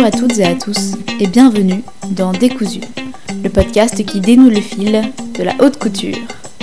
Bonjour à toutes et à tous et bienvenue dans Décousu, le podcast qui dénoue le fil de la haute couture.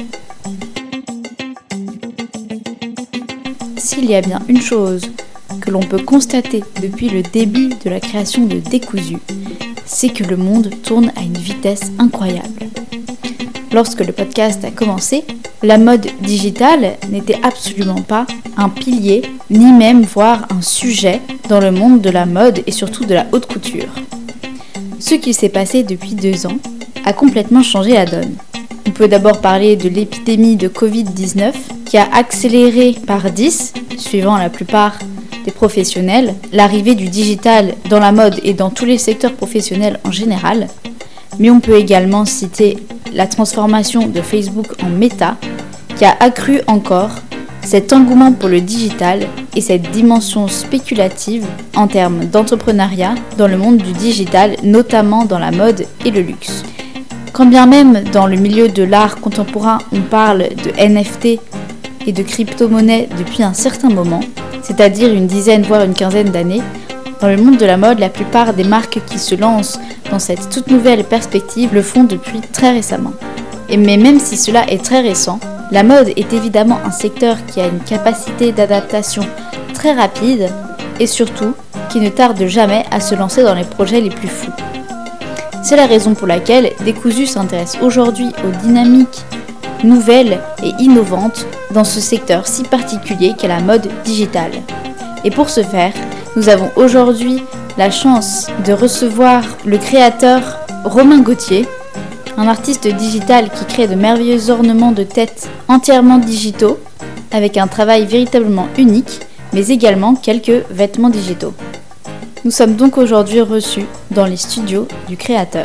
S'il y a bien une chose que l'on peut constater depuis le début de la création de Décousu, c'est que le monde tourne à une vitesse incroyable. Lorsque le podcast a commencé, la mode digitale n'était absolument pas un pilier, ni même voire un sujet dans le monde de la mode et surtout de la haute couture. Ce qui s'est passé depuis 2 ans a complètement changé la donne. On peut d'abord parler de l'épidémie de Covid-19 qui a accéléré par 10, suivant la plupart des professionnels, l'arrivée du digital dans la mode et dans tous les secteurs professionnels en général. Mais on peut également citer la transformation de Facebook en Meta qui a accru encore cet engouement pour le digital et cette dimension spéculative en termes d'entrepreneuriat dans le monde du digital, notamment dans la mode et le luxe. Quand bien même dans le milieu de l'art contemporain on parle de NFT et de crypto-monnaie depuis un certain moment, c'est-à-dire une dizaine voire une quinzaine d'années, dans le monde de la mode, la plupart des marques qui se lancent dans cette toute nouvelle perspective le font depuis très récemment. Mais même si cela est très récent, la mode est évidemment un secteur qui a une capacité d'adaptation très rapide et surtout qui ne tarde jamais à se lancer dans les projets les plus fous. C'est la raison pour laquelle Décousu s'intéresse aujourd'hui aux dynamiques nouvelles et innovantes dans ce secteur si particulier qu'est la mode digitale. Et pour ce faire, nous avons aujourd'hui la chance de recevoir le créateur Romain Gauthier, un artiste digital qui crée de merveilleux ornements de tête entièrement digitaux, avec un travail véritablement unique, mais également quelques vêtements digitaux. Nous sommes donc aujourd'hui reçus dans les studios du créateur.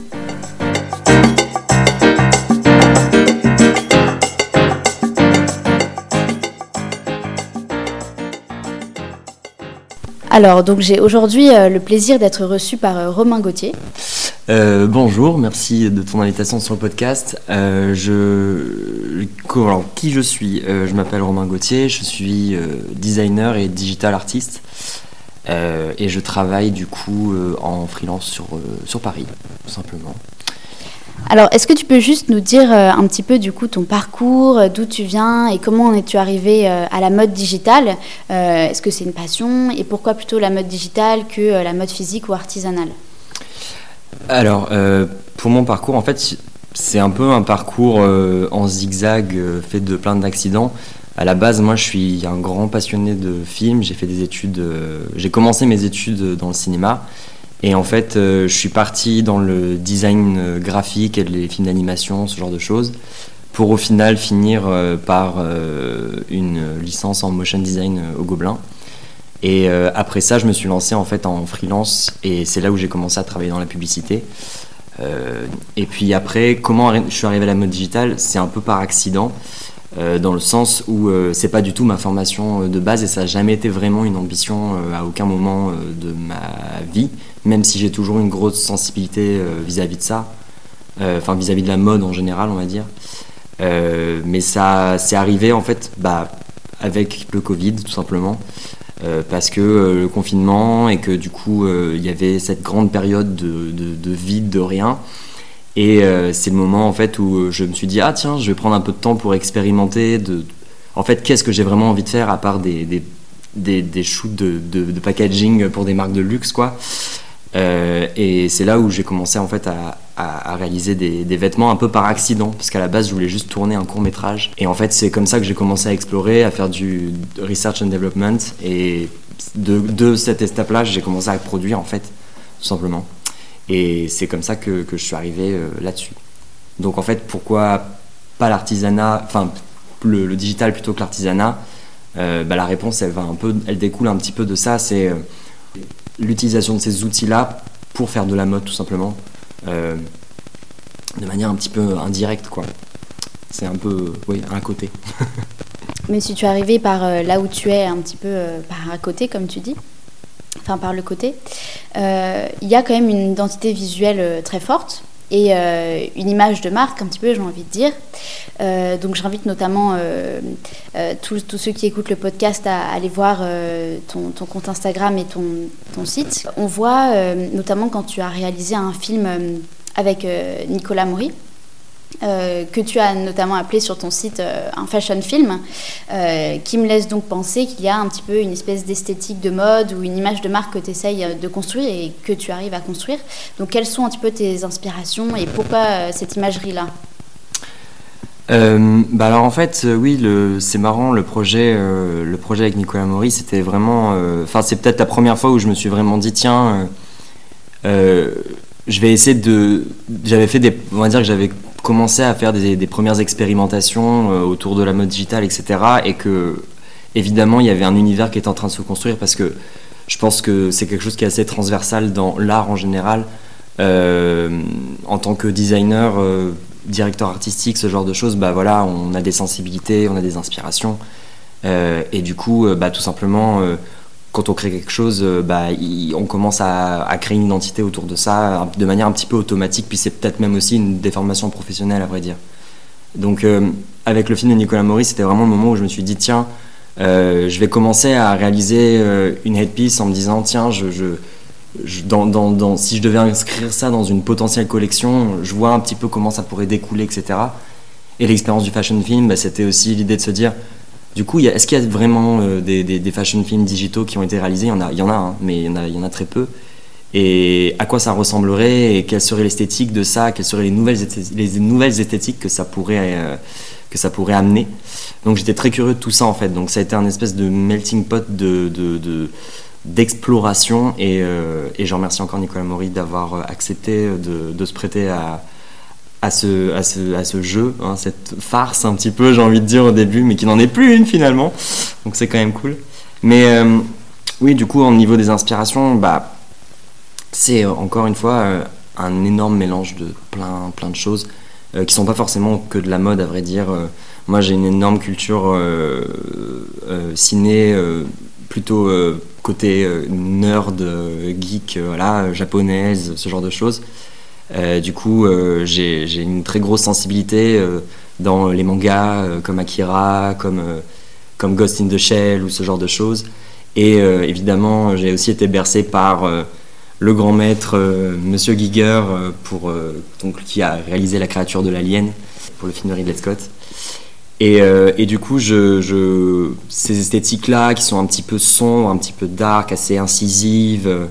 Alors, donc j'ai aujourd'hui le plaisir d'être reçu par Romain Gauthier. Bonjour, merci de ton invitation sur le podcast. Qui je suis Je m'appelle Romain Gauthier, je suis designer et digital artiste et je travaille du coup en freelance sur Paris, tout simplement. Alors, est-ce que tu peux juste nous dire un petit peu du coup ton parcours, d'où tu viens et comment es-tu arrivé à la mode digitale ? Est-ce que c'est une passion et pourquoi plutôt la mode digitale que la mode physique ou artisanale ? Alors, pour mon parcours, en fait, c'est un peu un parcours en zigzag fait de plein d'accidents. À la base, moi, je suis un grand passionné de films. J'ai fait des études. J'ai commencé mes études dans le cinéma. Et en fait, je suis parti dans le design graphique et les films d'animation, ce genre de choses, pour au final finir par une licence en motion design au Gobelin. Et après ça, je me suis lancé en fait en freelance et c'est là où j'ai commencé à travailler dans la publicité. Et puis après, comment je suis arrivé à la mode digitale ? C'est un peu par accident, dans le sens où c'est pas du tout ma formation de base et ça n'a jamais été vraiment une ambition à aucun moment de ma vie, même si j'ai toujours une grosse sensibilité vis-à-vis de ça, enfin vis-à-vis de la mode en général, on va dire. Mais ça c'est arrivé en fait avec le Covid tout simplement. Parce que le confinement et que du coup il y avait cette grande période de vide, de rien et c'est le moment en fait où je me suis dit tiens, je vais prendre un peu de temps pour expérimenter en fait qu'est-ce que j'ai vraiment envie de faire à part des shoots de packaging pour des marques de luxe quoi. Et c'est là où j'ai commencé en fait à réaliser des vêtements un peu par accident parce qu'à la base je voulais juste tourner un court-métrage et en fait c'est comme ça que j'ai commencé à explorer, à faire du research and development et de cette étape-là j'ai commencé à produire en fait tout simplement et c'est comme ça que je suis arrivé là-dessus. Donc en fait pourquoi pas l'artisanat, enfin le digital plutôt que l'artisanat, la réponse elle découle un petit peu de ça, c'est l'utilisation de ces outils-là pour faire de la mode tout simplement, de manière un petit peu indirecte quoi. C'est un peu, un côté. Mais si tu es arrivé par là où tu es un petit peu par à côté comme tu dis, enfin par le côté, il y a quand même une identité visuelle très forte et une image de marque, un petit peu, j'ai envie de dire. Donc j'invite notamment tous ceux qui écoutent le podcast à aller voir ton compte Instagram et ton site. On voit notamment quand tu as réalisé un film avec Nicolas Maury, que tu as notamment appelé sur ton site un fashion film, qui me laisse donc penser qu'il y a un petit peu une espèce d'esthétique de mode ou une image de marque que tu essayes de construire et que tu arrives à construire. Donc quelles sont un petit peu tes inspirations et pourquoi cette imagerie-là ? Alors en fait, oui, c'est marrant, le projet avec Nicolas Maury, c'était vraiment... c'est peut-être la première fois où je me suis vraiment dit, tiens, je vais essayer on va dire que j'avais commencé à faire des premières expérimentations autour de la mode digitale, etc. Et que, évidemment, il y avait un univers qui était en train de se construire parce que je pense que c'est quelque chose qui est assez transversal dans l'art en général. En tant que designer, directeur artistique, ce genre de choses, on a des sensibilités, on a des inspirations. Et du coup, tout simplement... quand on crée quelque chose, on commence à créer une identité autour de ça de manière un petit peu automatique, puis c'est peut-être même aussi une déformation professionnelle, à vrai dire. Donc avec le film de Nicolas Maury, c'était vraiment le moment où je me suis dit, tiens, je vais commencer à réaliser une headpiece en me disant, tiens, si je devais inscrire ça dans une potentielle collection, je vois un petit peu comment ça pourrait découler, etc. Et l'expérience du fashion film, c'était aussi l'idée de se dire, du coup, est-ce qu'il y a vraiment des fashion films digitaux qui ont été réalisés ? Il y en a, hein, mais il y en a très peu. Et à quoi ça ressemblerait ? Et quelle serait l'esthétique de ça ? Quelles seraient les nouvelles esthétiques que ça pourrait amener ? Donc j'étais très curieux de tout ça en fait. Donc ça a été un espèce de melting pot d'exploration. Et je remercie encore Nicolas Maury d'avoir accepté de se prêter à ce jeu, hein, cette farce un petit peu, j'ai envie de dire au début, mais qui n'en est plus une finalement, donc c'est quand même cool. Mais oui, du coup, au niveau des inspirations, c'est encore une fois un énorme mélange de plein de choses qui sont pas forcément que de la mode, à vrai dire. Moi, j'ai une énorme culture ciné, plutôt côté nerd, geek, japonaise, ce genre de choses. Du coup, j'ai une très grosse sensibilité dans les mangas comme Akira, comme Ghost in the Shell ou ce genre de choses. Et évidemment, j'ai aussi été bercé par le grand maître Monsieur Giger, qui a réalisé La créature de l'alien pour le film de Ridley Scott. Et du coup, ces esthétiques-là qui sont un petit peu sombres, un petit peu dark, assez incisives,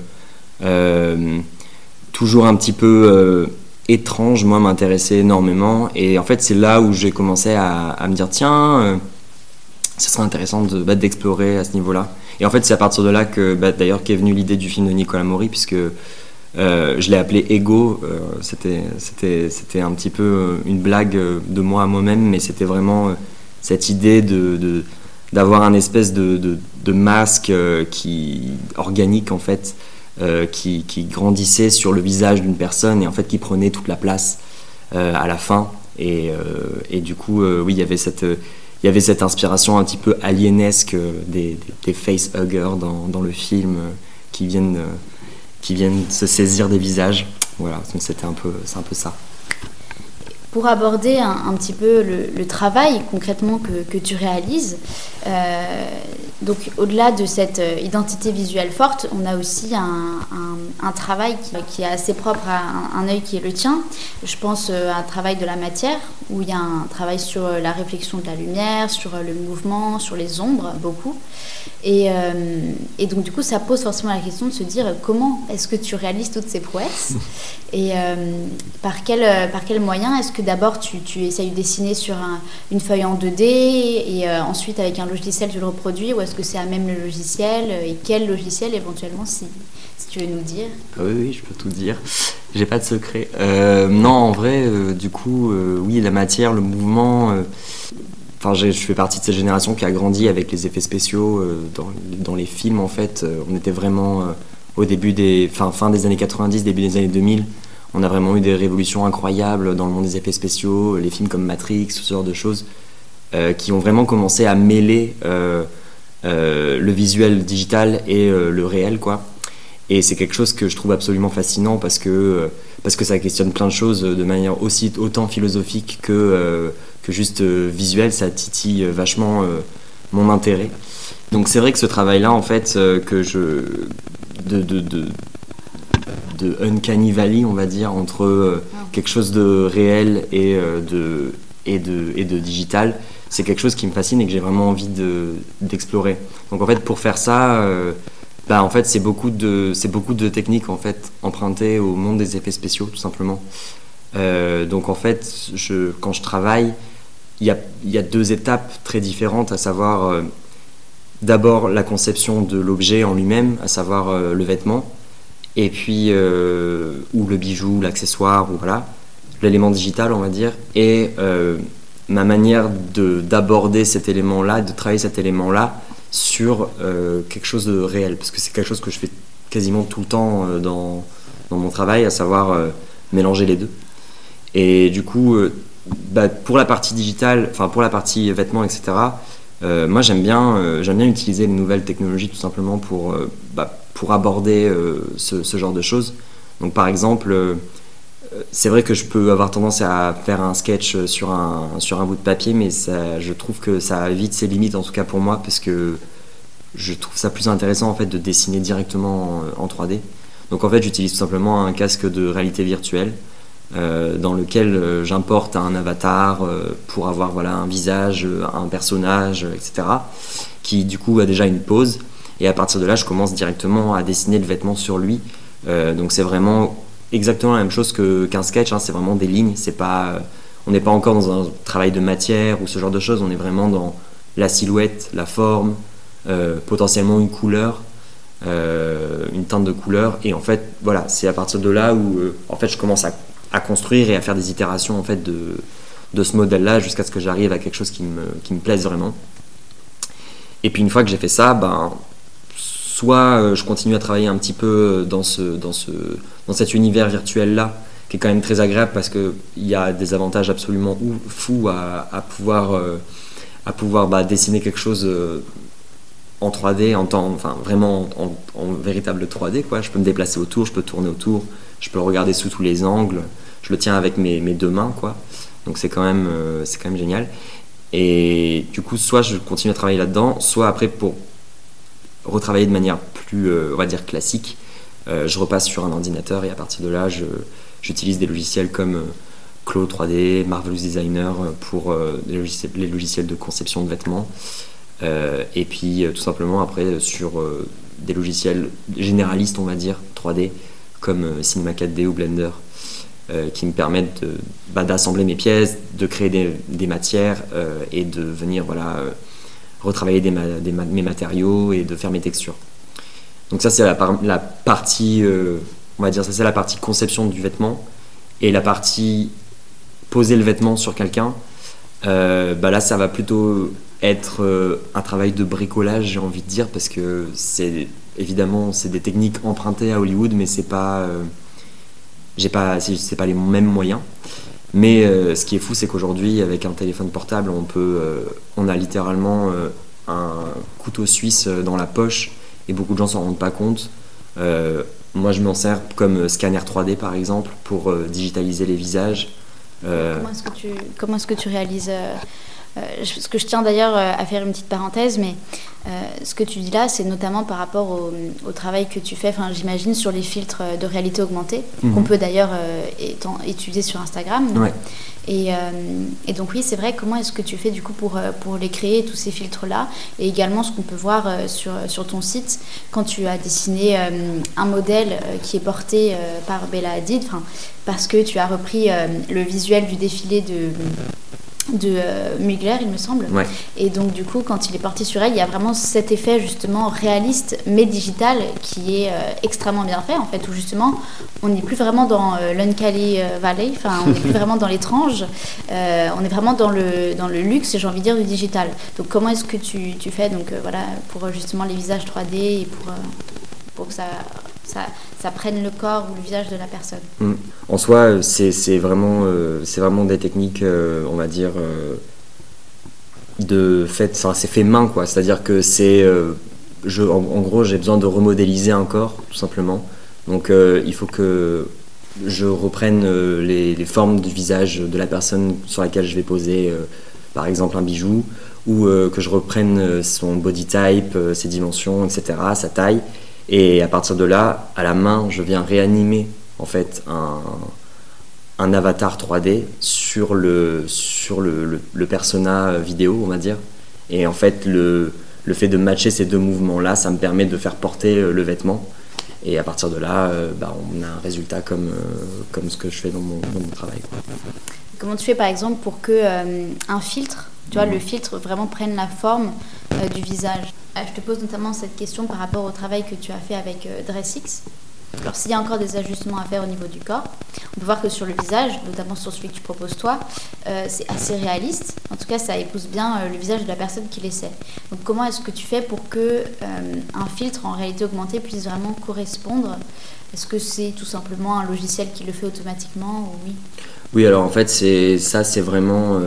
toujours un petit peu étrange, moi, m'intéressait énormément. Et en fait, c'est là où j'ai commencé à me dire, tiens, ce serait intéressant d'explorer à ce niveau-là. Et en fait, c'est à partir de là que, d'ailleurs, qu'est venue l'idée du film de Nicolas Maury, puisque je l'ai appelé Ego. C'était un petit peu une blague de moi à moi-même, mais c'était vraiment cette idée d'avoir un espèce de masque organique, en fait, qui grandissait sur le visage d'une personne et en fait qui prenait toute la place à la fin. Et du coup, oui, il y avait cette inspiration un petit peu alienesque des facehuggers dans le film qui viennent se saisir des visages. Voilà, c'est un peu ça. Pour aborder un petit peu le travail concrètement que tu réalises, donc au-delà de cette identité visuelle forte, on a aussi un travail qui est assez propre à un œil qui est le tien. Je pense à un travail de la matière, où il y a un travail sur la réflexion de la lumière, sur le mouvement, sur les ombres, beaucoup. Et donc du coup, ça pose forcément la question de se dire comment est-ce que tu réalises toutes ces prouesses et par quel moyen est-ce que d'abord tu essayes de dessiner sur une feuille en 2D et ensuite avec un logiciel tu le reproduis, ou est-ce que c'est à même le logiciel, et quel logiciel éventuellement, si tu veux nous dire. Oui, je peux tout dire, j'ai pas de secret. Non, en vrai, du coup, oui, la matière, le mouvement... je fais partie de cette génération qui a grandi avec les effets spéciaux dans les films, en fait. On était vraiment au début fin des années 90, début des années 2000. On a vraiment eu des révolutions incroyables dans le monde des effets spéciaux, les films comme Matrix, ce genre de choses, qui ont vraiment commencé à mêler le visuel digital et le réel, quoi. Et c'est quelque chose que je trouve absolument fascinant parce que ça questionne plein de choses de manière autant philosophique que juste visuelle. Ça titille vachement mon intérêt. Donc c'est vrai que ce travail-là, en fait, de Uncanny Valley, on va dire, entre quelque chose de réel et de digital, c'est quelque chose qui me fascine et que j'ai vraiment envie d'explorer. Donc en fait, pour faire ça, en fait, c'est beaucoup de techniques en fait empruntées au monde des effets spéciaux, tout simplement. Donc en fait, quand je travaille, il y a 2 étapes très différentes, à savoir d'abord la conception de l'objet en lui-même, à savoir le vêtement, et puis ou le bijou, l'accessoire, ou voilà, l'élément digital, on va dire, et ma manière d'aborder cet élément-là, de travailler cet élément-là sur quelque chose de réel, parce que c'est quelque chose que je fais quasiment tout le temps dans mon travail, à savoir mélanger les deux. Et du coup, pour la partie digitale, enfin pour la partie vêtements, etc., moi j'aime bien utiliser les nouvelles technologies tout simplement pour aborder ce genre de choses. Donc par exemple, c'est vrai que je peux avoir tendance à faire un sketch sur un bout de papier, mais je trouve que ça a vite ses limites, en tout cas pour moi, parce que je trouve ça plus intéressant en fait de dessiner directement en 3D. Donc en fait j'utilise tout simplement un casque de réalité virtuelle dans lequel j'importe un avatar pour avoir voilà, un visage, un personnage, etc. qui du coup a déjà une pose, et à partir de là je commence directement à dessiner le vêtement sur lui. Donc c'est vraiment exactement la même chose qu'un sketch, hein. C'est vraiment des lignes, on n'est pas encore dans un travail de matière ou ce genre de choses, on est vraiment dans la silhouette, la forme, potentiellement une couleur, une teinte de couleur, et en fait voilà, c'est à partir de là où en fait je commence à construire et à faire des itérations en fait de ce modèle-là jusqu'à ce que j'arrive à quelque chose qui me plaise vraiment. Et puis une fois que j'ai fait ça, soit je continue à travailler un petit peu dans cet univers virtuel-là, qui est quand même très agréable parce qu'il y a des avantages absolument fous à pouvoir dessiner quelque chose en 3D, vraiment en véritable 3D, quoi. Je peux me déplacer autour, je peux tourner autour, je peux le regarder sous tous les angles, je le tiens avec mes 2 mains, quoi. Donc c'est quand même génial. Et du coup, soit je continue à travailler là-dedans, soit après pour retravailler de manière plus, on va dire, classique, je repasse sur un ordinateur, et à partir de là, j'utilise des logiciels comme Claude 3D, Marvelous Designer pour les logiciels de conception de vêtements. Et puis tout simplement après sur des logiciels généralistes, on va dire, 3D, comme Cinema 4D ou Blender, qui me permettent d'assembler mes pièces, de créer des matières et de venir voilà, retravailler mes matériaux et de faire mes textures. Donc ça c'est la partie, on va dire, ça c'est la partie conception du vêtement, et la partie poser le vêtement sur quelqu'un, là ça va plutôt être un travail de bricolage, j'ai envie de dire, parce que c'est des techniques empruntées à Hollywood, mais c'est pas les mêmes moyens. Mais ce qui est fou, c'est qu'aujourd'hui, avec un téléphone portable, on a littéralement un couteau suisse dans la poche, et beaucoup de gens s'en rendent pas compte. Moi je m'en sers comme scanner 3D par exemple pour digitaliser les visages. Comment est-ce que tu réalises ce que je tiens d'ailleurs à faire une petite parenthèse, mais ce que tu dis là, c'est notamment par rapport au travail que tu fais, j'imagine, sur les filtres de réalité augmentée, qu'on peut d'ailleurs étudier sur Instagram. Ouais. Et donc oui, c'est vrai, comment est-ce que tu fais du coup pour les créer, tous ces filtres-là, et également ce qu'on peut voir sur ton site, quand tu as dessiné un modèle qui est porté par Bella Hadid, parce que tu as repris le visuel du défilé de Mugler, il me semble. Ouais. Et donc du coup, quand il est porté sur elle, il y a vraiment cet effet justement réaliste mais digital qui est extrêmement bien fait en fait, où justement on n'est plus vraiment dans l'Uncanny Valley, on n'est plus vraiment dans l'étrange, on est vraiment dans le luxe, j'ai envie de dire, du digital. Donc comment est-ce que tu fais pour justement les visages 3D et pour que ça prenne le corps ou le visage de la personne. En soi, c'est vraiment des techniques, on va dire, c'est fait main, quoi. C'est-à-dire que c'est en gros, j'ai besoin de remodéliser un corps, tout simplement. Donc il faut que je reprenne les formes du visage de la personne sur laquelle je vais poser, par exemple, un bijou, ou que je reprenne son body type, ses dimensions, etc., sa taille. Et à partir de là, à la main, je viens réanimer en fait un avatar 3D sur le persona vidéo, on va dire. Et en fait, le fait de matcher ces deux mouvements-là, ça me permet de faire porter le vêtement. Et à partir de là, on a un résultat comme ce que je fais dans mon travail. Comment tu fais par exemple pour que un filtre, tu vois, le filtre vraiment prenne la forme du visage? Je te pose notamment cette question par rapport au travail que tu as fait avec DressX. Alors s'il y a encore des ajustements à faire au niveau du corps, on peut voir que sur le visage, notamment sur celui que tu proposes toi, c'est assez réaliste. En tout cas, ça épouse bien le visage de la personne qui l'essaie. Donc comment est-ce que tu fais pour que un filtre en réalité augmentée puisse vraiment correspondre? Est-ce que c'est tout simplement un logiciel qui le fait automatiquement ou oui? Oui, alors en fait, c'est vraiment...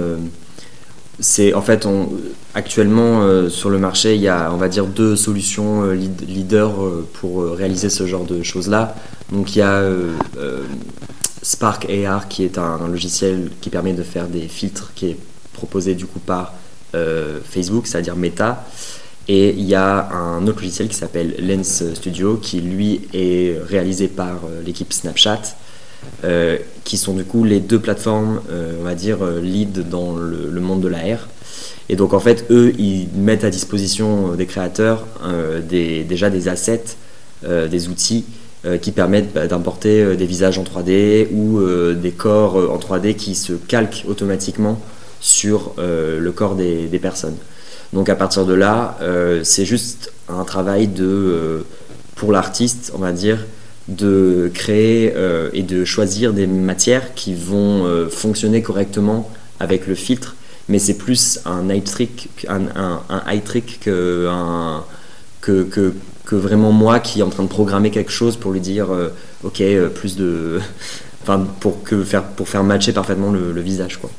actuellement sur le marché, il y a, on va dire, deux solutions leaders pour réaliser ce genre de choses-là. Donc il y a Spark AR qui est un logiciel qui permet de faire des filtres, qui est proposé du coup par Facebook, c'est-à-dire Meta. Et il y a un autre logiciel qui s'appelle Lens Studio qui lui est réalisé par l'équipe Snapchat. Qui sont du coup les deux plateformes, on va dire, lead dans le monde de l'AR. Et donc en fait, eux, ils mettent à disposition des créateurs déjà des assets, des outils qui permettent d'importer des visages en 3D ou des corps en 3D qui se calquent automatiquement sur le corps des personnes. Donc à partir de là, c'est juste un travail pour l'artiste, on va dire, de créer et de choisir des matières qui vont fonctionner correctement avec le filtre, mais c'est plus un eye trick, que vraiment moi qui est en train de programmer quelque chose pour lui dire ok, plus de... Enfin, pour faire matcher parfaitement le visage, quoi.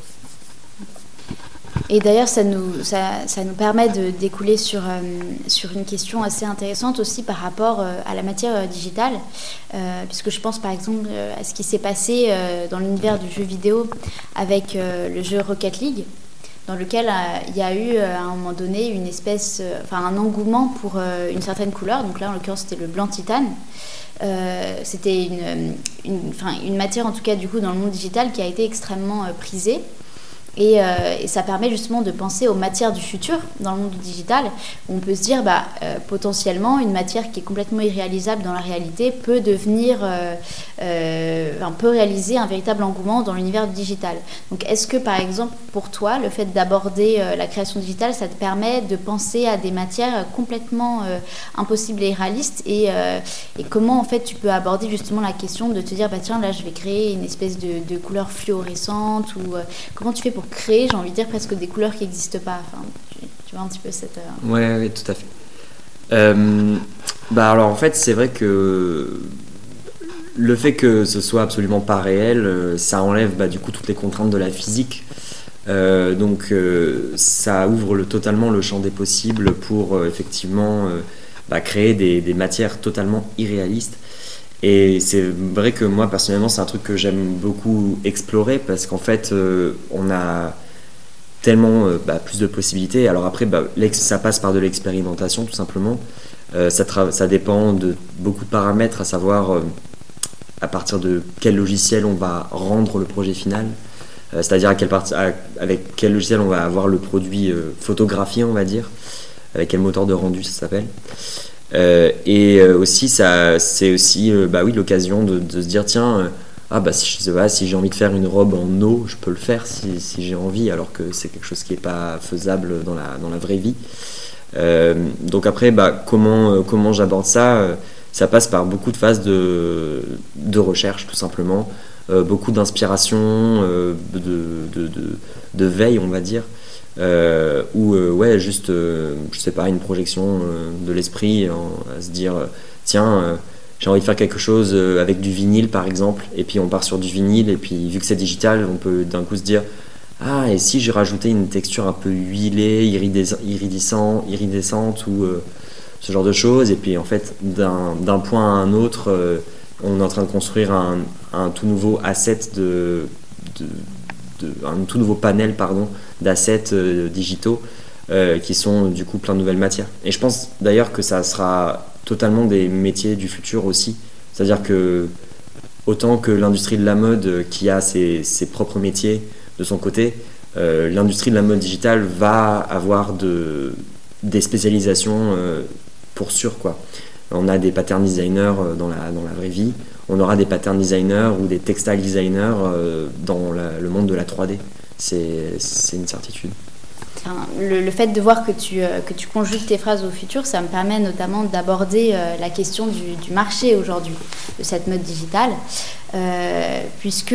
Et d'ailleurs, ça nous permet de découler sur une question assez intéressante aussi par rapport à la matière digitale, puisque je pense par exemple à ce qui s'est passé dans l'univers du jeu vidéo avec le jeu Rocket League, dans lequel il y a eu à un moment donné un engouement pour une certaine couleur. Donc là, en l'occurrence, c'était le blanc titane. C'était une matière, en tout cas du coup dans le monde digital, qui a été extrêmement prisée. Et ça permet justement de penser aux matières du futur dans le monde digital, où on peut se dire potentiellement une matière qui est complètement irréalisable dans la réalité peut peut réaliser un véritable engouement dans l'univers du digital. Donc est-ce que par exemple pour toi le fait d'aborder la création digitale, ça te permet de penser à des matières complètement impossibles et irréalistes, et comment en fait tu peux aborder justement la question de te dire tiens, là je vais créer une espèce de couleur fluorescente, ou comment tu fais pour créer, j'ai envie de dire, presque des couleurs qui n'existent pas. Enfin, tu vois un petit peu cette... Ouais, tout à fait. Alors en fait, c'est vrai que le fait que ce soit absolument pas réel, ça enlève du coup toutes les contraintes de la physique. Donc ça ouvre totalement le champ des possibles pour effectivement créer des matières totalement irréalistes. Et c'est vrai que moi personnellement c'est un truc que j'aime beaucoup explorer, parce qu'en fait on a tellement plus de possibilités. Alors après ça passe par de l'expérimentation tout simplement. Ça dépend de beaucoup de paramètres, à savoir à partir de quel logiciel on va rendre le projet final, c'est-à-dire avec quel logiciel on va avoir le produit photographié, on va dire, avec quel moteur de rendu ça s'appelle. Et aussi c'est aussi l'occasion de se dire tiens, je sais pas, si j'ai envie de faire une robe en eau, je peux le faire si j'ai envie, alors que c'est quelque chose qui est pas faisable dans la vraie vie. Donc après comment j'aborde ça, ça passe par beaucoup de phases de recherche tout simplement, beaucoup d'inspiration, de veille, on va dire. Juste je sais pas, une projection de l'esprit, à se dire tiens, j'ai envie de faire quelque chose avec du vinyle par exemple, et puis on part sur du vinyle, et puis vu que c'est digital, on peut d'un coup se dire et si j'ai rajouté une texture un peu huilée, iridescente, ce genre de choses. Et puis en fait, d'un point à un autre, on est en train de construire un tout nouveau asset un tout nouveau panel d'assets digitaux qui sont du coup plein de nouvelles matières. Et je pense d'ailleurs que ça sera totalement des métiers du futur aussi. C'est-à-dire que autant que l'industrie de la mode qui a ses propres métiers de son côté, l'industrie de la mode digitale va avoir des spécialisations pour sûr, quoi. On a des pattern designers dans la vraie vie, on aura des pattern designers ou des textile designers dans le monde de la 3D. C'est une certitude. Le fait de voir que tu conjugues tes phrases au futur, ça me permet notamment d'aborder la question du marché aujourd'hui, de cette mode digitale, puisque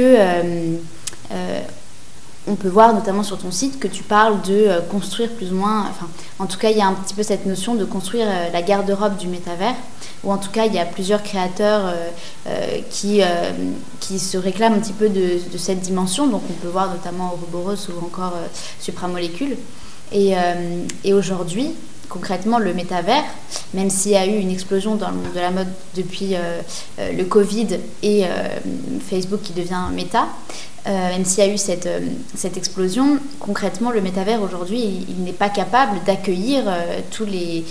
on peut voir notamment sur ton site que tu parles de construire plus ou moins, enfin en tout cas il y a un petit peu cette notion de construire la garde-robe du métavers, ou en tout cas il y a plusieurs créateurs qui se réclament un petit peu de cette dimension, donc on peut voir notamment Ouroboros ou encore Supramolécule. Et aujourd'hui, concrètement, le métavers, même s'il y a eu une explosion dans le monde de la mode depuis le Covid et Facebook qui devient Meta, même s'il y a eu cette explosion, concrètement, le métavers aujourd'hui, il n'est pas capable d'accueillir toutes les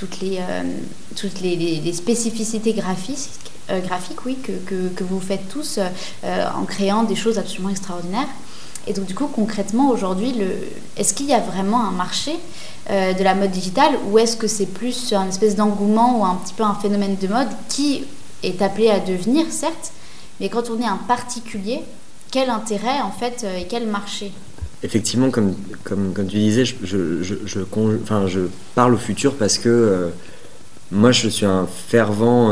spécificités graphiques, oui, que vous faites tous en créant des choses absolument extraordinaires. Et donc du coup, concrètement, aujourd'hui, est-ce qu'il y a vraiment un marché de la mode digitale, ou est-ce que c'est plus un espèce d'engouement ou un petit peu un phénomène de mode qui est appelé à devenir, certes, mais quand on est un particulier, quel intérêt en fait et quel marché? Effectivement, comme tu disais, je parle au futur parce que moi je suis un fervent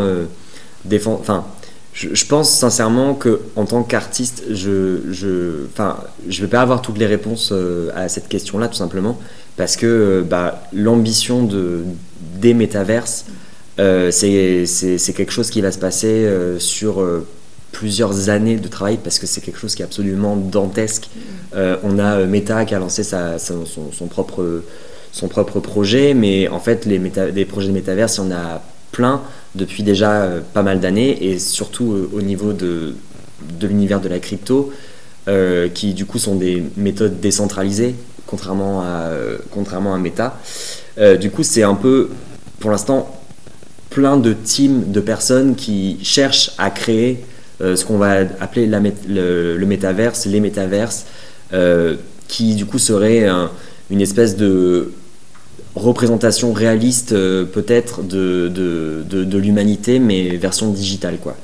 je pense sincèrement qu'en tant qu'artiste, je vais pas avoir toutes les réponses à cette question-là, tout simplement, parce que l'ambition des métaverses, c'est quelque chose qui va se passer sur plusieurs années de travail, parce que c'est quelque chose qui est absolument dantesque. On a Meta qui a lancé son propre projet, mais en fait des projets de métaverse, il y en a plein depuis déjà pas mal d'années, et surtout au niveau de l'univers de la crypto, qui du coup sont des méthodes décentralisées, contrairement à Meta. Du coup, c'est un peu, pour l'instant, plein de teams de personnes qui cherchent à créer ce qu'on va appeler le métaverse, les métaverses, qui du coup serait une espèce de représentation réaliste peut-être de l'humanité, mais version digitale, quoi.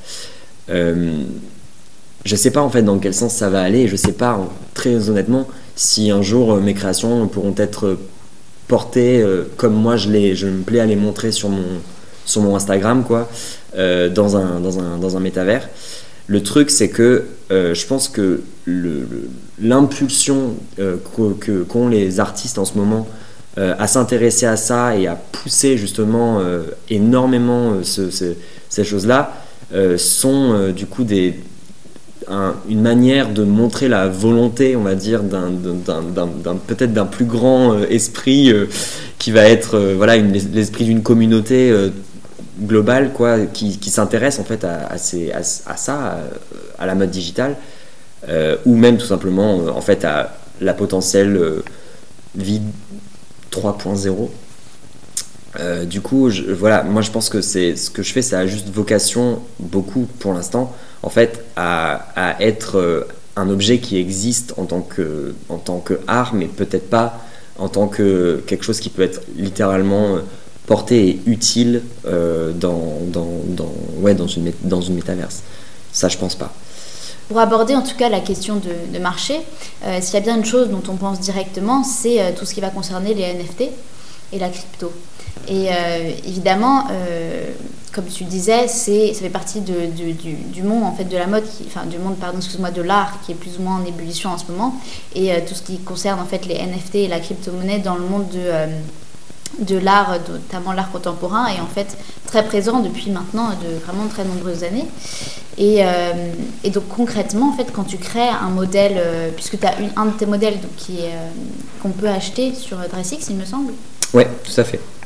Je sais pas en fait dans quel sens ça va aller, et je sais pas très honnêtement si un jour mes créations pourront être portées comme moi je me plais à les montrer sur mon Instagram, quoi, dans un métavers. Le truc, c'est que je pense que l'impulsion qu'ont les artistes en ce moment à s'intéresser à ça et à pousser justement énormément ces choses-là sont du coup une manière de montrer la volonté, on va dire, peut-être d'un plus grand esprit qui va être l'esprit d'une communauté globale, quoi, qui s'intéresse en fait à ça, à la mode digitale, ou même tout simplement en fait à la potentielle vie 3.0. Du coup, moi je pense que ce que je fais, ça a juste vocation, beaucoup pour l'instant, en fait, à être un objet qui existe en tant que art, mais peut-être pas en tant que quelque chose qui peut être littéralement porté et utile dans une métaverse. Ça, je pense pas. Pour aborder en tout cas la question de marché, s'il y a bien une chose dont on pense directement, c'est tout ce qui va concerner les NFT et la crypto. Et évidemment, comme tu disais, ça fait partie du monde en fait de la mode, de l'art qui est plus ou moins en ébullition en ce moment, et tout ce qui concerne en fait les NFT et la crypto-monnaie dans le monde de l'art, notamment l'art contemporain, est en fait très présent depuis maintenant de vraiment très nombreuses années. Et donc concrètement, en fait, quand tu crées un modèle, puisque tu as un de tes modèles donc, qu'on peut acheter sur DressX, il me semble. Ouais, tout à fait.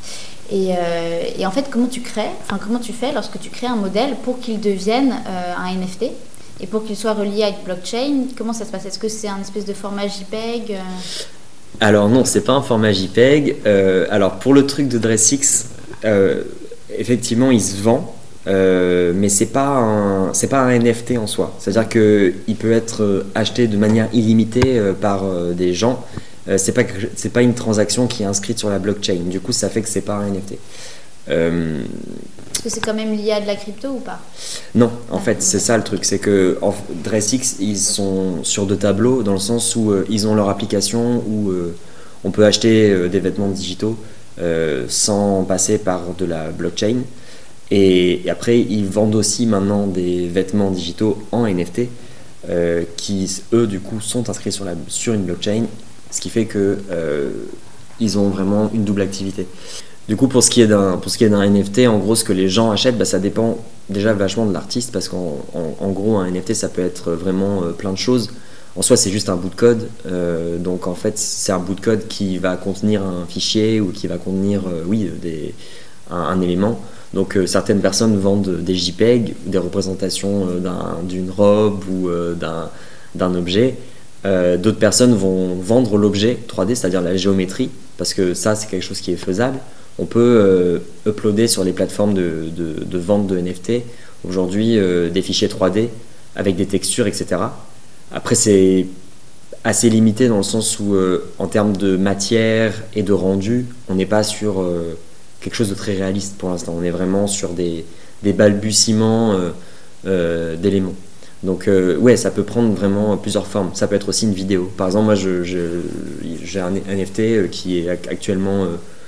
Et en fait, comment tu fais lorsque tu crées un modèle pour qu'il devienne un NFT et pour qu'il soit relié à une blockchain? Comment ça se passe? Est-ce que c'est un espèce de format JPEG? Alors non, c'est pas un format JPEG. Alors pour le truc de DressX, effectivement, il se vend, mais c'est pas un NFT en soi. C'est-à-dire qu'il peut être acheté de manière illimitée par des gens. C'est pas une transaction qui est inscrite sur la blockchain. Du coup, ça fait que c'est pas un NFT. Est-ce que c'est quand même lié à de la crypto ou pas? Non, en fait, c'est ça le truc. C'est que DressX, ils sont sur deux tableaux dans le sens où ils ont leur application où on peut acheter des vêtements digitaux sans passer par de la blockchain. Et après, ils vendent aussi maintenant des vêtements digitaux en NFT qui, eux, du coup, sont inscrits sur une blockchain. Ce qui fait que ils ont vraiment une double activité. Du coup, pour ce qui est d'un NFT, en gros, ce que les gens achètent, ça dépend déjà vachement de l'artiste, parce qu'en gros, un NFT, ça peut être vraiment plein de choses. En soi, c'est juste un bout de code. Donc, en fait, c'est un bout de code qui va contenir un fichier ou qui va contenir, un élément. Donc, certaines personnes vendent des JPEG, des représentations d'une robe ou d'un objet. D'autres personnes vont vendre l'objet 3D, c'est-à-dire la géométrie, parce que ça, c'est quelque chose qui est faisable. On peut uploader sur les plateformes de vente de NFT aujourd'hui des fichiers 3D avec des textures, etc. Après, c'est assez limité dans le sens où, en termes de matière et de rendu, on n'est pas sur quelque chose de très réaliste pour l'instant. On est vraiment sur des balbutiements d'éléments. Donc ouais, ça peut prendre vraiment plusieurs formes. Ça peut être aussi une vidéo. Par exemple, moi j'ai un NFT qui est actuellement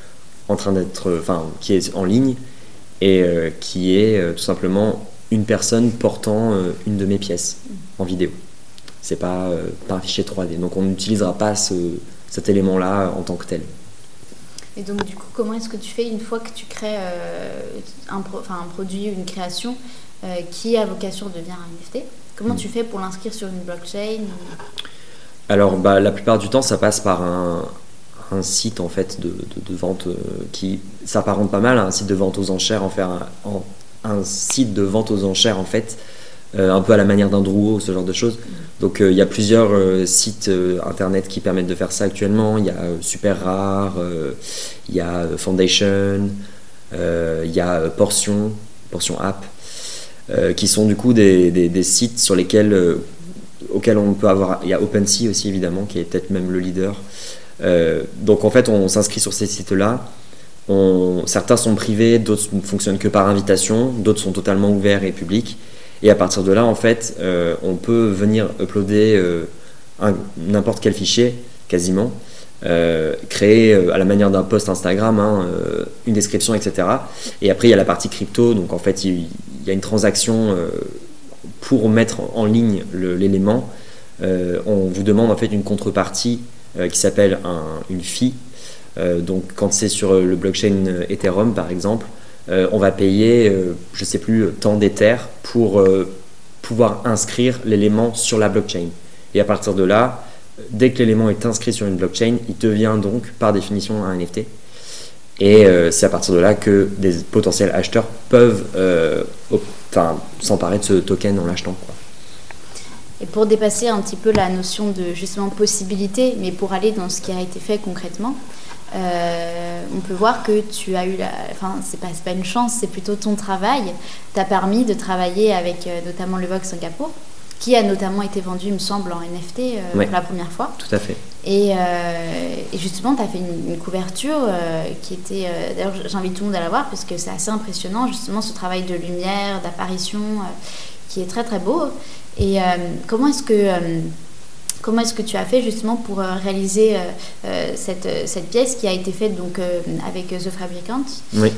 qui est en ligne et qui est tout simplement une personne portant une de mes pièces en vidéo. C'est pas un fichier 3D. Donc on n'utilisera pas cet élément-là en tant que tel. Et donc du coup, comment est-ce que tu fais une fois que tu crées un produit ou une création qui a vocation de devenir un NFT? Comment tu fais pour l'inscrire sur une blockchain? Alors la plupart du temps, ça passe par un site en fait de vente qui s'apparente pas mal à un site de vente aux enchères, un site de vente aux enchères en fait, un peu à la manière d'un Drouot, ce genre de choses. Donc il y a plusieurs sites internet qui permettent de faire ça actuellement. Il y a Super Rare, il y a Foundation, il y a Portion App, qui sont du coup des sites sur lesquels auxquels on peut avoir. Il y a OpenSea aussi évidemment, qui est peut-être même le leader. Donc en fait, on s'inscrit sur ces sites-là. Certains sont privés, d'autres ne fonctionnent que par invitation, d'autres sont totalement ouverts et publics. Et à partir de là, en fait, on peut venir uploader n'importe quel fichier, quasiment, créer à la manière d'un post Instagram, une description, etc. Et après, il y a la partie crypto. Donc en fait, il y a une transaction pour mettre en ligne l'élément. On vous demande en fait une contrepartie qui s'appelle une fee. Donc quand c'est sur le blockchain Ethereum par exemple, on va payer, je ne sais plus, tant d'Ether pour pouvoir inscrire l'élément sur la blockchain. Et à partir de là, dès que l'élément est inscrit sur une blockchain, il devient donc par définition un NFT. Et c'est à partir de là que des potentiels acheteurs peuvent s'emparer de ce token en l'achetant, quoi. Et pour dépasser un petit peu la notion de justement possibilité, mais pour aller dans ce qui a été fait concrètement, on peut voir que tu as eu c'est pas une chance, c'est plutôt ton travail t'a permis de travailler avec notamment le Vogue Singapour, qui a notamment été vendu, il me semble, en NFT pour la première fois. Tout à fait. Et justement, tu as fait une couverture qui était... d'ailleurs, j'invite tout le monde à la voir, parce que c'est assez impressionnant, justement, ce travail de lumière, d'apparition, qui est très très beau. Et comment est-ce que tu as fait justement pour réaliser cette pièce qui a été faite donc, avec The Fabricant? Oui.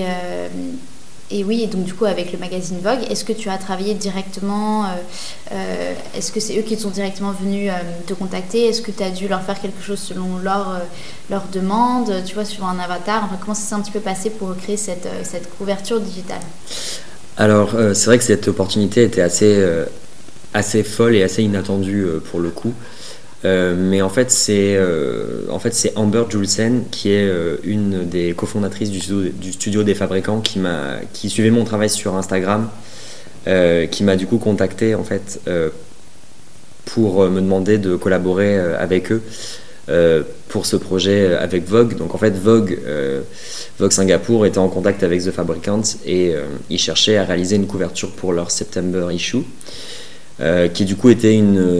Et oui, et donc du coup avec le magazine Vogue, est-ce que tu as travaillé directement est-ce que c'est eux qui sont directement venus te contacter? Est-ce que tu as dû leur faire quelque chose selon leur demande, tu vois, suivant un avatar? Enfin, comment ça s'est un petit peu passé pour créer cette couverture digitale? Alors, c'est vrai que cette opportunité était assez folle et assez inattendue pour le coup. Mais en fait, c'est Amber Julesen qui est une des cofondatrices du studio des fabricants qui suivait mon travail sur Instagram, qui m'a du coup contacté en fait pour me demander de collaborer avec eux pour ce projet avec Vogue. Donc en fait, Vogue Singapour était en contact avec The Fabricant et ils cherchaient à réaliser une couverture pour leur September issue, qui du coup était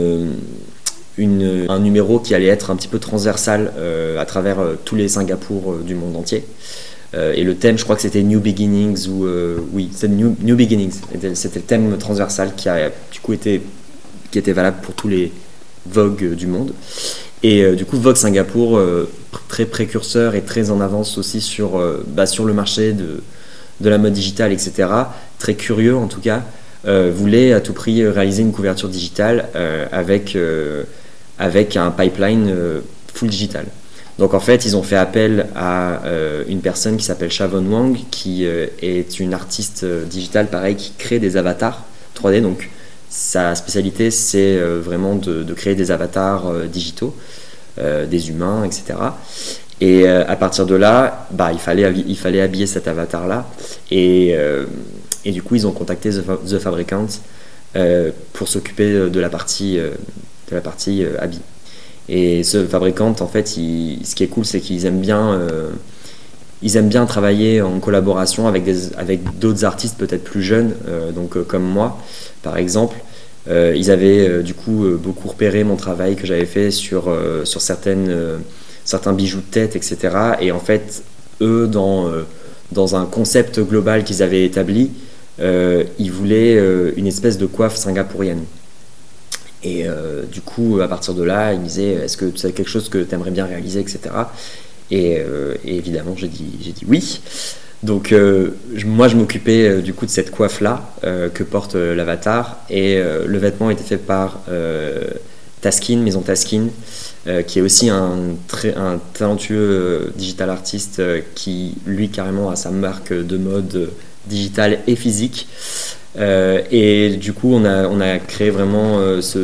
un numéro qui allait être un petit peu transversal à travers tous les Singapour du monde entier. Et le thème, je crois que c'était New Beginnings, oui, c'est New Beginnings. C'était le thème transversal qui était valable pour tous les Vogue du monde. Et du coup, Vogue Singapour, très précurseur et très en avance aussi sur le marché de la mode digitale, etc. Très curieux en tout cas, voulait à tout prix réaliser une couverture digitale avec un pipeline full digital. Donc en fait, ils ont fait appel à une personne qui s'appelle Shavon Wang, qui est une artiste digitale, pareil, qui crée des avatars 3D. Donc sa spécialité, c'est vraiment de créer des avatars digitaux, des humains, etc. Et à partir de là, il fallait habiller cet avatar-là. Et du coup, ils ont contacté The Fabricant pour s'occuper de la partie habit. Et ce fabricant, en fait, ce qui est cool, c'est qu'ils aiment bien travailler en collaboration avec d'autres artistes peut-être plus jeunes, comme moi, par exemple. Ils avaient du coup beaucoup repéré mon travail que j'avais fait sur certains bijoux de tête, etc. Et en fait, eux, dans un concept global qu'ils avaient établi, ils voulaient une espèce de coiffe singapourienne. Et du coup, à partir de là, ils me disaient est-ce que c'est quelque chose que tu aimerais bien réaliser, etc. Et évidemment, j'ai dit oui. Donc moi, je m'occupais du coup de cette coiffe-là que porte l'avatar. Et le vêtement était fait par Taskin, Maison Taskin, qui est aussi un talentueux digital artiste qui, lui, carrément a sa marque de mode digitale et physique. Et du coup on a créé vraiment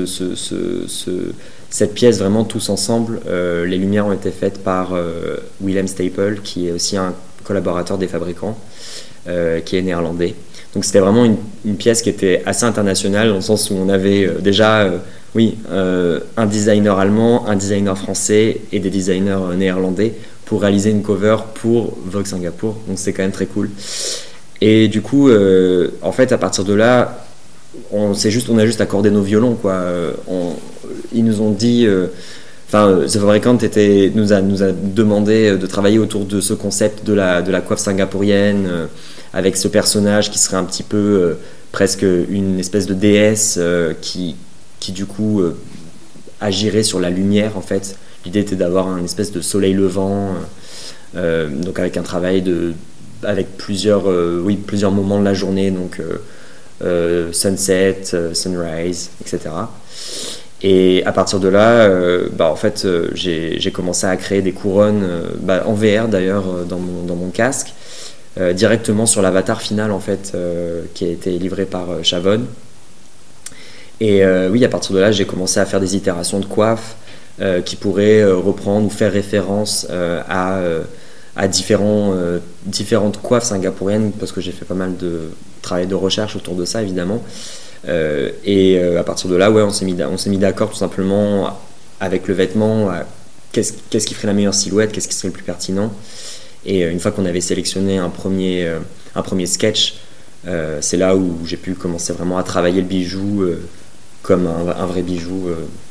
cette pièce vraiment tous ensemble. Les lumières ont été faites par Willem Staple, qui est aussi un collaborateur des fabricants, qui est néerlandais. Donc c'était vraiment une pièce qui était assez internationale, dans le sens où on avait déjà un designer allemand, un designer français et des designers néerlandais pour réaliser une cover pour Vogue Singapour. Donc c'est quand même très cool. Et du coup, en fait, à partir de là, on a juste accordé nos violons, quoi. Ils nous ont dit, The Fabricant nous a demandé de travailler autour de ce concept de la coiffe singapourienne, avec ce personnage qui serait un petit peu presque une espèce de déesse qui du coup agirait sur la lumière, en fait. L'idée était d'avoir un espèce de soleil levant, donc avec un travail avec plusieurs moments de la journée, donc sunset, sunrise, etc. Et à partir de là, en fait, j'ai commencé à créer des couronnes en VR d'ailleurs dans mon casque, directement sur l'avatar final, en fait, qui a été livré par Shavon. Et à partir de là, j'ai commencé à faire des itérations de coiffes qui pourraient reprendre ou faire référence à différentes coiffes singapouriennes, parce que j'ai fait pas mal de travail de recherche autour de ça, évidemment. Et à partir de là, on s'est mis d'accord tout simplement avec le vêtement, qu'est-ce qui ferait la meilleure silhouette, qu'est-ce qui serait le plus pertinent. Et une fois qu'on avait sélectionné un premier sketch, c'est là où j'ai pu commencer vraiment à travailler le bijou comme un vrai bijou,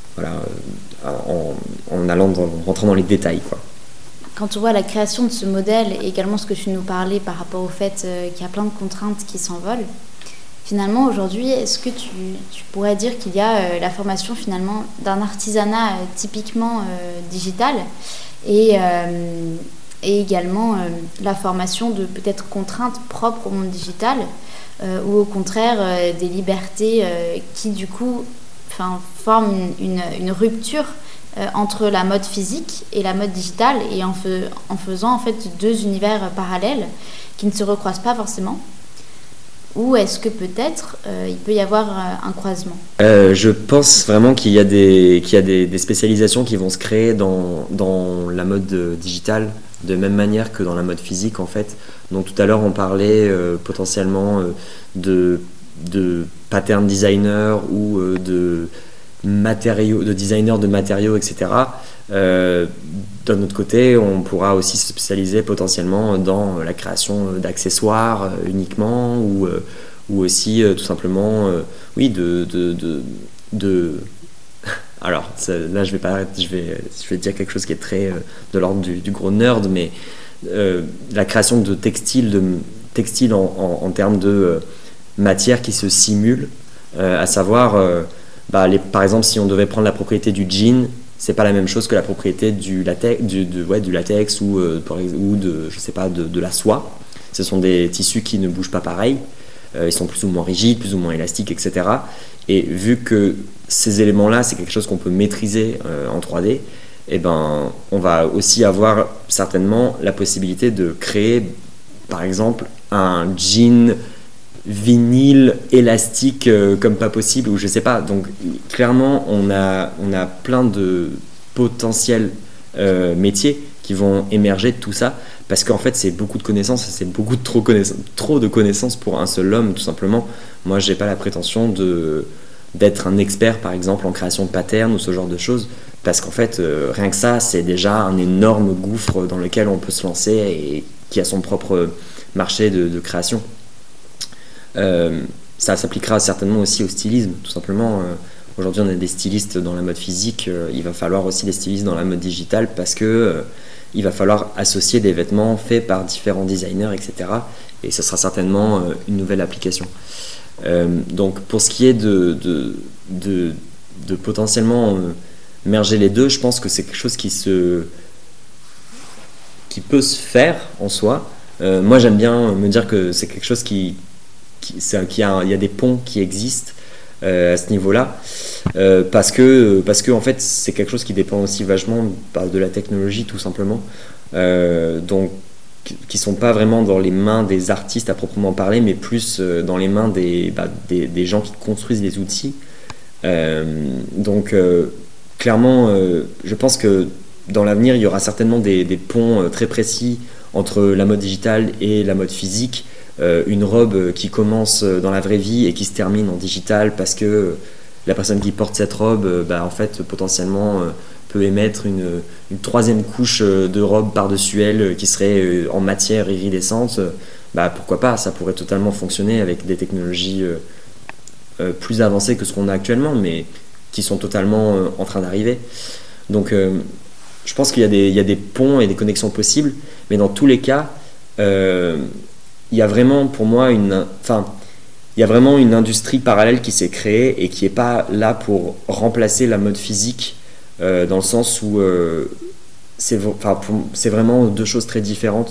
en rentrant dans les détails, quoi. Quand on voit la création de ce modèle et également ce que tu nous parlais par rapport au fait qu'il y a plein de contraintes qui s'envolent, finalement aujourd'hui, est-ce que tu pourrais dire qu'il y a la formation finalement d'un artisanat typiquement digital et également la formation de peut-être contraintes propres au monde digital ou au contraire des libertés qui du coup forment une rupture entre la mode physique et la mode digitale, et en faisant en fait deux univers parallèles qui ne se recroisent pas forcément. ou est-ce que peut-être il peut y avoir un croisement? Je pense vraiment qu'il y a des spécialisations qui vont se créer dans la mode digitale, de même manière que dans la mode physique en fait. Donc tout à l'heure on parlait potentiellement de pattern designer ou de matériaux, de designer de matériaux, etc. D'un autre côté, on pourra aussi se spécialiser potentiellement dans la création d'accessoires uniquement ou aussi tout simplement oui alors là je vais dire quelque chose qui est très de l'ordre du gros nerd, mais la création de textiles en termes de matière qui se simule, à savoir par exemple si on devait prendre la propriété du jean, c'est pas la même chose que la propriété du latex, du latex ou de je sais pas de la soie. Ce sont des tissus qui ne bougent pas pareil, ils sont plus ou moins rigides, plus ou moins élastiques, etc. Et vu que ces éléments-là, c'est quelque chose qu'on peut maîtriser en 3D, eh ben, on va aussi avoir certainement la possibilité de créer, par exemple, un jean vinyle élastique comme pas possible, ou je sais pas. Donc clairement, on a plein de potentiels métiers qui vont émerger de tout ça, parce qu'en fait c'est beaucoup de connaissances, c'est beaucoup trop de connaissances pour un seul homme, tout simplement. Moi j'ai pas la prétention d'être un expert par exemple en création de patterns ou ce genre de choses, parce qu'en fait rien que ça c'est déjà un énorme gouffre dans lequel on peut se lancer et qui a son propre marché de création. Ça s'appliquera certainement aussi au stylisme, tout simplement. Aujourd'hui on a des stylistes dans la mode physique, il va falloir aussi des stylistes dans la mode digitale, parce que il va falloir associer des vêtements faits par différents designers, etc. Et ce sera certainement une nouvelle application. Donc pour ce qui est de potentiellement merger les deux, je pense que c'est quelque chose qui peut se faire en soi. Moi j'aime bien me dire que c'est quelque chose il y a des ponts qui existent à ce niveau-là, parce que en fait c'est quelque chose qui dépend aussi vachement de la technologie, tout simplement, donc qui sont pas vraiment dans les mains des artistes à proprement parler, mais plus dans les mains des gens qui construisent les outils. Donc clairement, je pense que dans l'avenir il y aura certainement des ponts très précis entre la mode digitale et la mode physique. Une robe qui commence dans la vraie vie et qui se termine en digital, parce que la personne qui porte cette robe en fait potentiellement peut émettre une troisième couche de robe par-dessus elle qui serait en matière iridescente. Pourquoi pas, ça pourrait totalement fonctionner avec des technologies plus avancées que ce qu'on a actuellement, mais qui sont totalement en train d'arriver. Donc je pense qu'il y a des ponts et des connexions possibles, mais dans tous les cas il y a vraiment pour moi il y a vraiment une industrie parallèle qui s'est créée et qui n'est pas là pour remplacer la mode physique, dans le sens où c'est vraiment deux choses très différentes.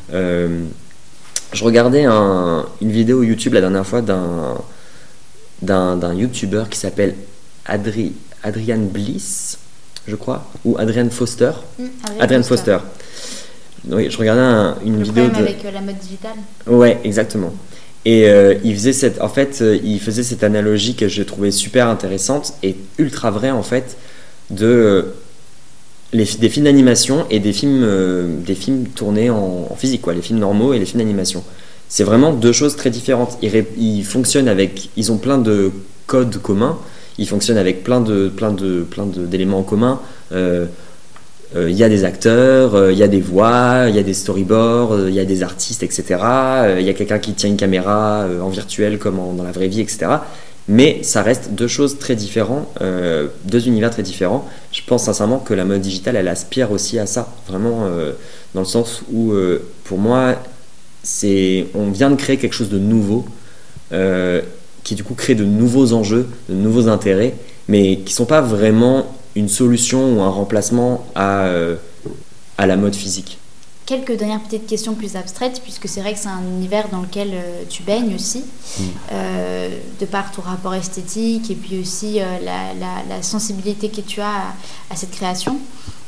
Je regardais une vidéo YouTube la dernière fois d'un YouTuber qui s'appelle Adrian Bliss, je crois, ou Adrian Foster. Adrian Foster. Oui, je regardais une vidéo avec la mode digitale. Ouais, exactement. Et il faisait cette analogie que j'ai trouvée super intéressante et ultra vraie en fait, des films d'animation et des films tournés en physique, quoi, les films normaux et les films d'animation. C'est vraiment deux choses très différentes. Ils fonctionnent ils ont plein de codes communs. Ils fonctionnent avec plein d'éléments en commun. Il y a des acteurs, il y a des voix, il y a des storyboards, il y a des artistes, etc. Il y a quelqu'un qui tient une caméra en virtuel comme dans la vraie vie, etc. Mais ça reste deux choses très différentes, deux univers très différents. Je pense sincèrement que la mode digitale, elle aspire aussi à ça, vraiment, dans le sens où, pour moi, on vient de créer quelque chose de nouveau, qui du coup crée de nouveaux enjeux, de nouveaux intérêts, mais qui ne sont pas vraiment une solution ou un remplacement à la mode physique. Quelques dernières petites questions plus abstraites, puisque c'est vrai que c'est un univers dans lequel tu baignes aussi, de par ton rapport esthétique et puis aussi la sensibilité que tu as à cette création.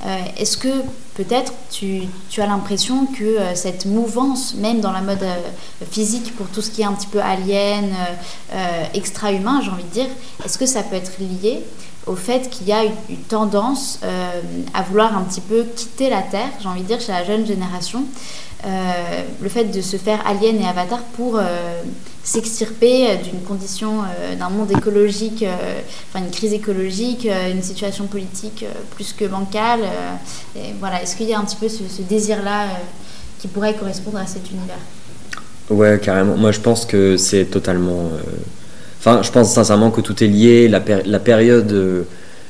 Est-ce que peut-être tu as l'impression que cette mouvance, même dans la mode physique pour tout ce qui est un petit peu alien, extra-humain, j'ai envie de dire, est-ce que ça peut être lié au fait qu'il y a une tendance à vouloir un petit peu quitter la Terre, j'ai envie de dire, chez la jeune génération, le fait de se faire alien et avatar pour s'extirper d'une condition, d'un monde écologique, une crise écologique, une situation politique plus que bancale. Et voilà. Est-ce qu'il y a un petit peu ce désir-là qui pourrait correspondre à cet univers ? Ouais, carrément. Moi, je pense que c'est totalement... je pense sincèrement que tout est lié. La période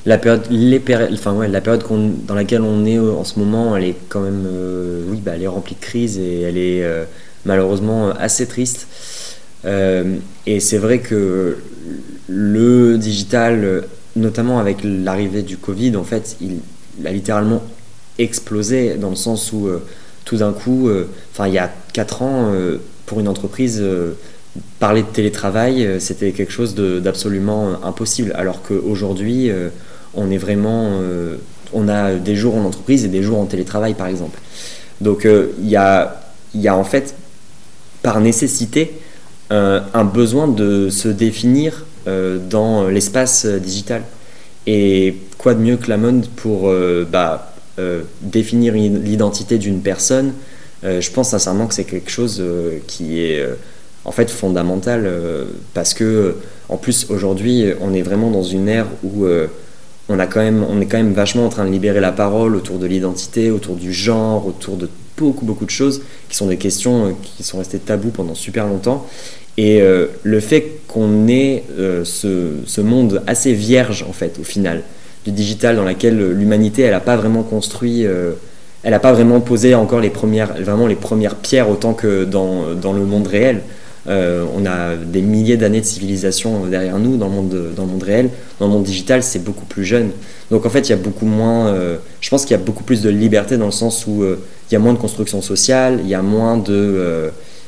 dans laquelle on est en ce moment, elle est quand même... elle est remplie de crises et elle est malheureusement assez triste. Et c'est vrai que le digital, notamment avec l'arrivée du Covid, en fait, il a littéralement explosé dans le sens où tout d'un coup, il y a 4 ans, pour une entreprise, parler de télétravail, c'était quelque chose d'absolument impossible. Alors qu'aujourd'hui, on est vraiment, on a des jours en entreprise et des jours en télétravail, par exemple. Donc il y a en fait, par nécessité, un besoin de se définir dans l'espace digital. Et quoi de mieux que la mode pour définir l'identité d'une personne. Je pense sincèrement que c'est quelque chose qui est en fait fondamental parce que en plus aujourd'hui on est vraiment dans une ère où on est quand même vachement en train de libérer la parole autour de l'identité, autour du genre, autour de beaucoup de choses qui sont des questions qui sont restées tabous pendant super longtemps. Et le fait qu'on ait ce monde assez vierge en fait au final du digital, dans laquelle l'humanité elle n'a pas vraiment construit, elle n'a pas vraiment posé encore les premières pierres autant que dans le monde réel. On a des milliers d'années de civilisation derrière nous dans le monde réel. Dans le monde digital, c'est beaucoup plus jeune. Donc en fait, il y a beaucoup moins. Je pense qu'il y a beaucoup plus de liberté dans le sens où il y a moins de construction sociale, il y a moins de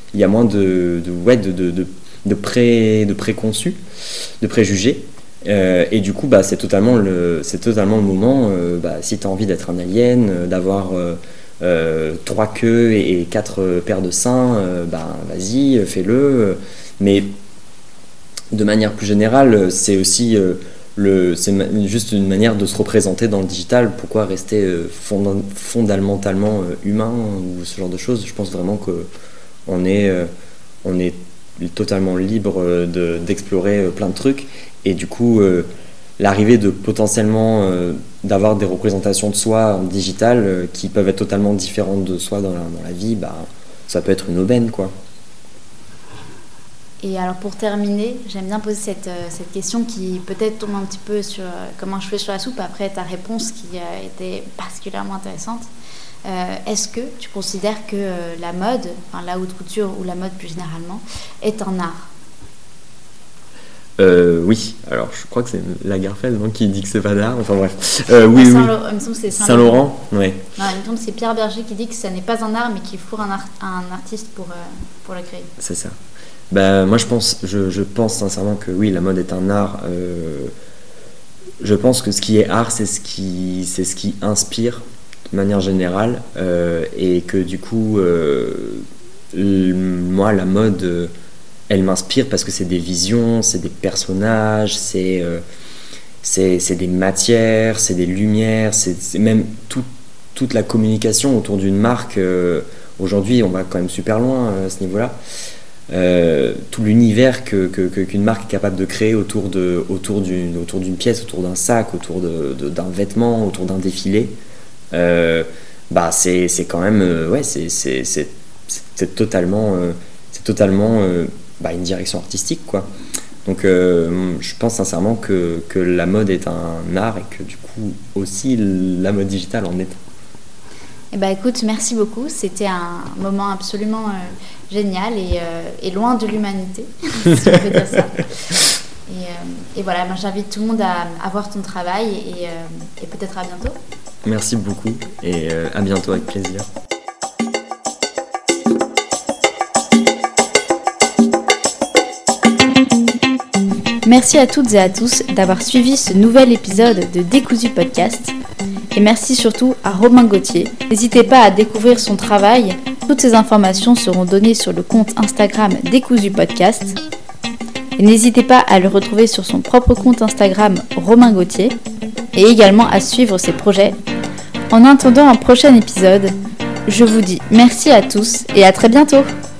préconçus, de préjugés. Et du coup, c'est totalement le moment. Si tu as envie d'être un alien, d'avoir 3 queues et 4 paires de seins, vas-y, fais-le. Mais de manière plus générale, c'est aussi juste une manière de se représenter dans le digital. Pourquoi rester fondamentalement humain ou ce genre de choses ? Je pense vraiment qu'on est totalement libre d'explorer plein de trucs. Et du coup, l'arrivée de potentiellement d'avoir des représentations de soi en digital qui peuvent être totalement différentes de soi dans la vie, ça peut être une aubaine, quoi. Et alors pour terminer, j'aime bien poser cette question qui peut-être tombe un petit peu comme un cheveu sur la soupe après ta réponse qui a été particulièrement intéressante. Est-ce que tu considères que la mode, la haute couture ou la mode plus généralement, est un art ? Oui, alors je crois que c'est Lagerfeld qui dit que c'est pas d'art, enfin bref. Oui. Il me semble que c'est Saint-Laurent, ouais. Non, il me semble que c'est Pierre Berger qui dit que ça n'est pas un art mais qu'il faut un artiste pour le créer. C'est ça. Moi je pense sincèrement que oui, la mode est un art. Je pense que ce qui est art, c'est ce qui inspire de manière générale et que du coup moi la mode elle m'inspire parce que c'est des visions, c'est des personnages, c'est des matières, c'est des lumières, c'est même toute la communication autour d'une marque. Aujourd'hui, on va quand même super loin à ce niveau-là. Tout l'univers qu'une marque est capable de créer autour d'une pièce, autour d'un sac, autour d'un vêtement, autour d'un défilé, c'est quand même c'est totalement une direction artistique, quoi. Donc je pense sincèrement que la mode est un art et que du coup aussi la mode digitale en est un. Écoute, merci beaucoup, c'était un moment absolument génial et loin de l'humanité, si on peut dire ça. Et voilà, j'invite tout le monde à voir ton travail et peut-être à bientôt. Merci beaucoup et à bientôt, avec plaisir. Merci à toutes et à tous d'avoir suivi ce nouvel épisode de Décousu Podcast. Et merci surtout à Romain Gauthier. N'hésitez pas à découvrir son travail. Toutes ces informations seront données sur le compte Instagram Décousu Podcast. Et n'hésitez pas à le retrouver sur son propre compte Instagram Romain Gauthier et également à suivre ses projets. En attendant un prochain épisode, je vous dis merci à tous et à très bientôt.